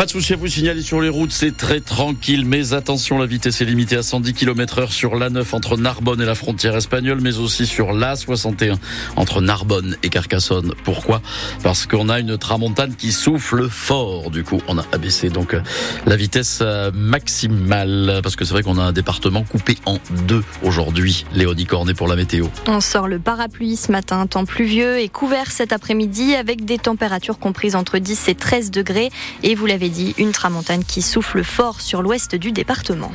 de souci à vous signaler sur les routes, c'est très tranquille, mais attention, la vitesse est limitée à 110 km/h sur l'A9 entre Narbonne et la frontière espagnole, mais aussi sur l'A61 entre Narbonne et Carcassonne. Pourquoi ? Parce qu'on a une tramontane qui souffle fort. Du coup, on a abaissé donc la vitesse maximale, parce que c'est vrai qu'on a un département coupé en deux aujourd'hui. Léonie Cornet pour la météo. On sort le parapluie ce matin, temps pluvieux et couvert cet après-midi avec des températures comprises entre 10 et 13 degrés. Et vous l'avez dit, une tramontane qui souffle fort sur l'ouest du département.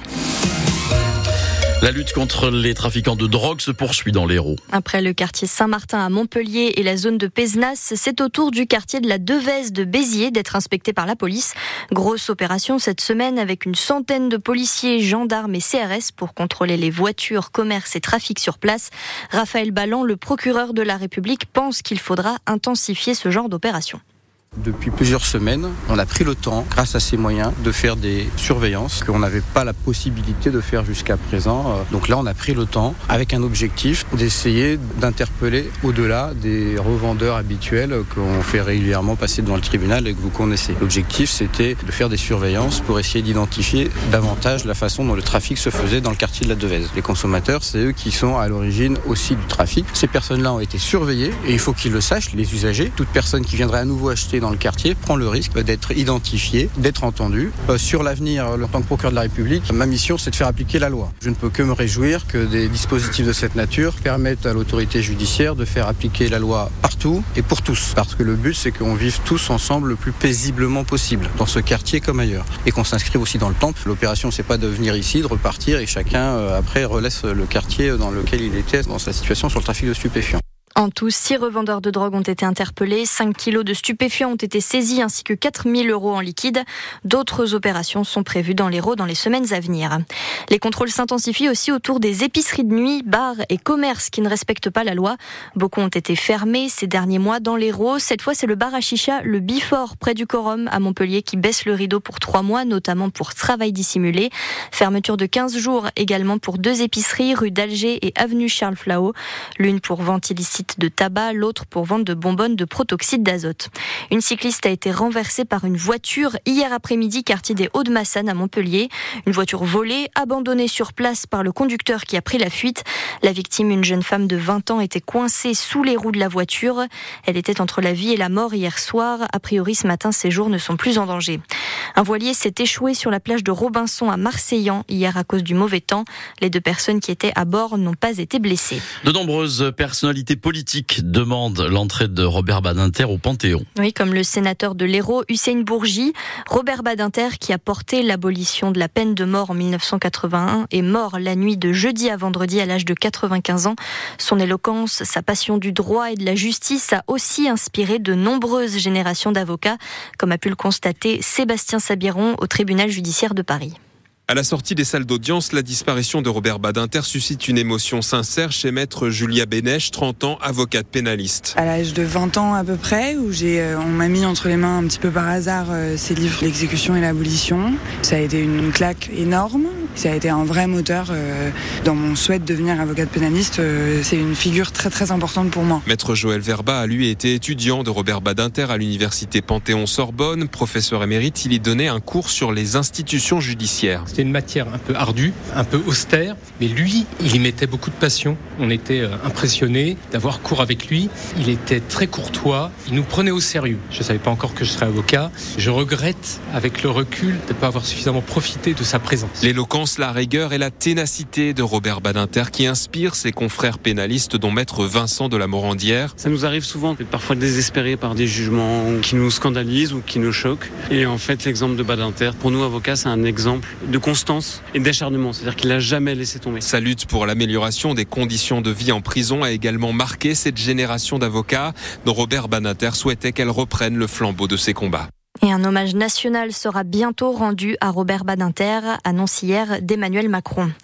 La lutte contre les trafiquants de drogue se poursuit dans l'Hérault. Après le quartier Saint-Martin à Montpellier et la zone de Pézenas, c'est au tour du quartier de la Devèze de Béziers d'être inspecté par la police. Grosse opération cette semaine avec une centaine de policiers, gendarmes et CRS pour contrôler les voitures, commerces et trafics sur place. Raphaël Balland, le procureur de la République, pense qu'il faudra intensifier ce genre d'opération. Depuis plusieurs semaines, on a pris le temps, grâce à ces moyens, de faire des surveillances qu'on n'avait pas la possibilité de faire jusqu'à présent. Donc là, on a pris le temps avec un objectif d'essayer d'interpeller au-delà des revendeurs habituels qu'on fait régulièrement passer devant le tribunal et que vous connaissez. L'objectif, c'était de faire des surveillances pour essayer d'identifier davantage la façon dont le trafic se faisait dans le quartier de la Devèze. Les consommateurs, c'est eux qui sont à l'origine aussi du trafic. Ces personnes-là ont été surveillées et il faut qu'ils le sachent, les usagers. Toute personne qui viendrait à nouveau acheter dans le quartier prend le risque d'être identifié, d'être entendu. Sur l'avenir, en tant que procureur de la République, ma mission, c'est de faire appliquer la loi. Je ne peux que me réjouir que des dispositifs de cette nature permettent à l'autorité judiciaire de faire appliquer la loi partout et pour tous. Parce que le but, c'est qu'on vive tous ensemble le plus paisiblement possible, dans ce quartier comme ailleurs. Et qu'on s'inscrive aussi dans le temps. L'opération, c'est pas de venir ici, de repartir et chacun, après, relaisse le quartier dans lequel il était dans sa situation sur le trafic de stupéfiants. En tout, 6 revendeurs de drogue ont été interpellés, 5 kilos de stupéfiants ont été saisis ainsi que 4 000 € en liquide. D'autres opérations sont prévues dans l'Hérault dans les semaines à venir. Les contrôles s'intensifient aussi autour des épiceries de nuit, bars et commerces qui ne respectent pas la loi. Beaucoup ont été fermés ces derniers mois dans l'Hérault. Cette fois, c'est le bar à chicha, le Bifort, près du Corum à Montpellier, qui baisse le rideau pour 3 mois, notamment pour travail dissimulé. Fermeture de 15 jours également pour 2 épiceries, rue d'Alger et avenue Charles Flahault. L'une pour vente illicite de tabac, l'autre pour vente de bonbonnes de protoxyde d'azote. Une cycliste a été renversée par une voiture hier après-midi, quartier des Hauts-de-Massanes à Montpellier. Une voiture volée, abandonnée sur place par le conducteur qui a pris la fuite. La victime, une jeune femme de 20 ans, était coincée sous les roues de la voiture. Elle était entre la vie et la mort hier soir. A priori, ce matin, ses jours ne sont plus en danger. Un voilier s'est échoué sur la plage de Robinson à Marseillan hier à cause du mauvais temps. Les 2 personnes qui étaient à bord n'ont pas été blessées. De nombreuses personnalités politiques demandent l'entrée de Robert Badinter au Panthéon. Oui, comme le sénateur de l'Hérault, Hussein Bourgi. Robert Badinter, qui a porté l'abolition de la peine de mort en 1981, est mort la nuit de jeudi à vendredi à l'âge de 95 ans. Son éloquence, sa passion du droit et de la justice a aussi inspiré de nombreuses générations d'avocats, comme a pu le constater Sébastien Sabiron au tribunal judiciaire de Paris. À la sortie des salles d'audience, la disparition de Robert Badinter suscite une émotion sincère chez maître Julia Bénèche, 30 ans, avocate pénaliste. À l'âge de 20 ans à peu près, où on m'a mis entre les mains un petit peu par hasard ces livres, l'exécution et l'abolition. Ça a été une claque énorme. Ça a été un vrai moteur dans mon souhait de devenir avocate pénaliste. C'est une figure très très importante pour moi. Maître Joël Verba a lui été étudiant de Robert Badinter à l'université Panthéon-Sorbonne. Professeur émérite, il y donnait un cours sur les institutions judiciaires. C'était une matière un peu ardue, un peu austère, mais lui, il y mettait beaucoup de passion. On était impressionnés d'avoir cours avec lui. Il était très courtois, il nous prenait au sérieux. Je ne savais pas encore que je serais avocat. Je regrette, avec le recul, de ne pas avoir suffisamment profité de sa présence. L'éloquence, la rigueur et la ténacité de Robert Badinter qui inspire ses confrères pénalistes, dont maître Vincent de la Morandière. Ça nous arrive souvent d'être parfois désespérés par des jugements qui nous scandalisent ou qui nous choquent. Et en fait, l'exemple de Badinter, pour nous avocats, c'est un exemple de constance et d'acharnement, c'est-à-dire qu'il n'a jamais laissé tomber. Sa lutte pour l'amélioration des conditions de vie en prison a également marqué cette génération d'avocats dont Robert Badinter souhaitait qu'elle reprenne le flambeau de ses combats. Et un hommage national sera bientôt rendu à Robert Badinter, annonce hier d'Emmanuel Macron.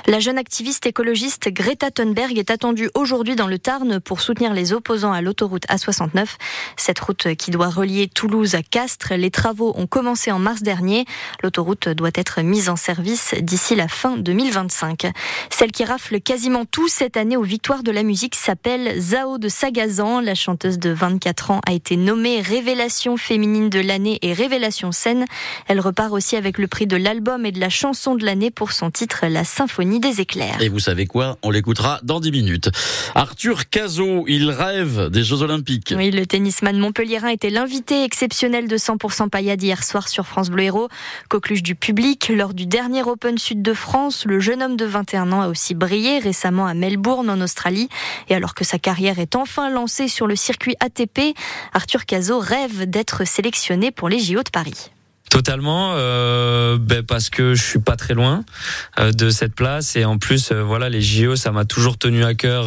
La jeune activiste écologiste Greta Thunberg est attendue aujourd'hui dans le Tarn pour soutenir les opposants à l'autoroute A69. Cette route qui doit relier Toulouse à Castres, les travaux ont commencé en mars dernier. L'autoroute doit être mise en service d'ici la fin 2025. Celle qui rafle quasiment tout cette année aux Victoires de la musique s'appelle Zao de Sagazan. La chanteuse de 24 ans a été nommée Révélation féminine de l'année et Révélation scène. Elle repart aussi avec le prix de l'album et de la chanson de l'année pour son titre La Symphonie des éclairs. Et vous savez quoi ? On l'écoutera dans 10 minutes. Arthur Cazot, il rêve des Jeux Olympiques. Oui, le tennisman montpelliérain était l'invité exceptionnel de 100% Paillade hier soir sur France Bleu Héros. Coqueluche du public, lors du dernier Open Sud de France, le jeune homme de 21 ans a aussi brillé récemment à Melbourne en Australie. Et alors que sa carrière est enfin lancée sur le circuit ATP, Arthur Cazot rêve d'être sélectionné pour les JO de Paris. Totalement, parce que je suis pas très loin de cette place et en plus les JO ça m'a toujours tenu à cœur.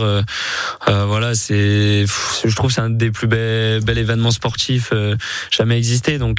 Je trouve que c'est un des plus bel événements sportifs jamais existé. Donc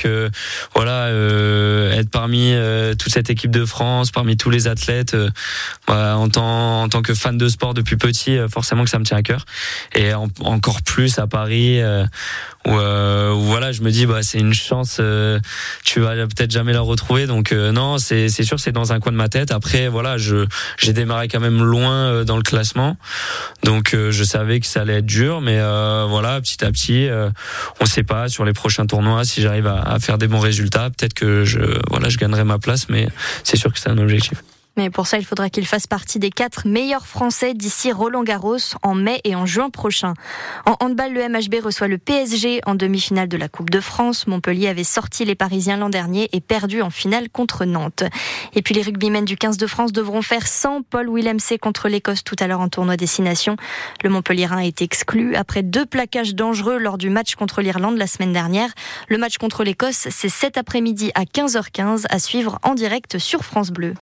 être parmi toute cette équipe de France, parmi tous les athlètes, en tant que fan de sport depuis petit, forcément que ça me tient à cœur. Et encore plus à Paris où je me dis c'est une chance, tu vas peut-être jamais la retrouver, donc non, c'est sûr, c'est dans un coin de ma tête. Après j'ai démarré quand même loin dans le classement, donc je savais que ça allait être dur, mais petit à petit, on sait pas sur les prochains tournois si j'arrive à faire des bons résultats, peut-être que je gagnerai ma place, mais c'est sûr que c'est un objectif. Mais pour ça, il faudra qu'il fasse partie des 4 meilleurs Français d'ici Roland-Garros en mai et en juin prochain. En handball, le MHB reçoit le PSG en demi-finale de la Coupe de France. Montpellier avait sorti les Parisiens l'an dernier et perdu en finale contre Nantes. Et puis les rugbymen du 15 de France devront faire sans Paul Willemse contre l'Écosse tout à l'heure en tournoi Destination. Le Montpelliérain a été exclu après 2 plaquages dangereux lors du match contre l'Irlande la semaine dernière. Le match contre l'Écosse, c'est cet après-midi à 15h15 à suivre en direct sur France Bleu.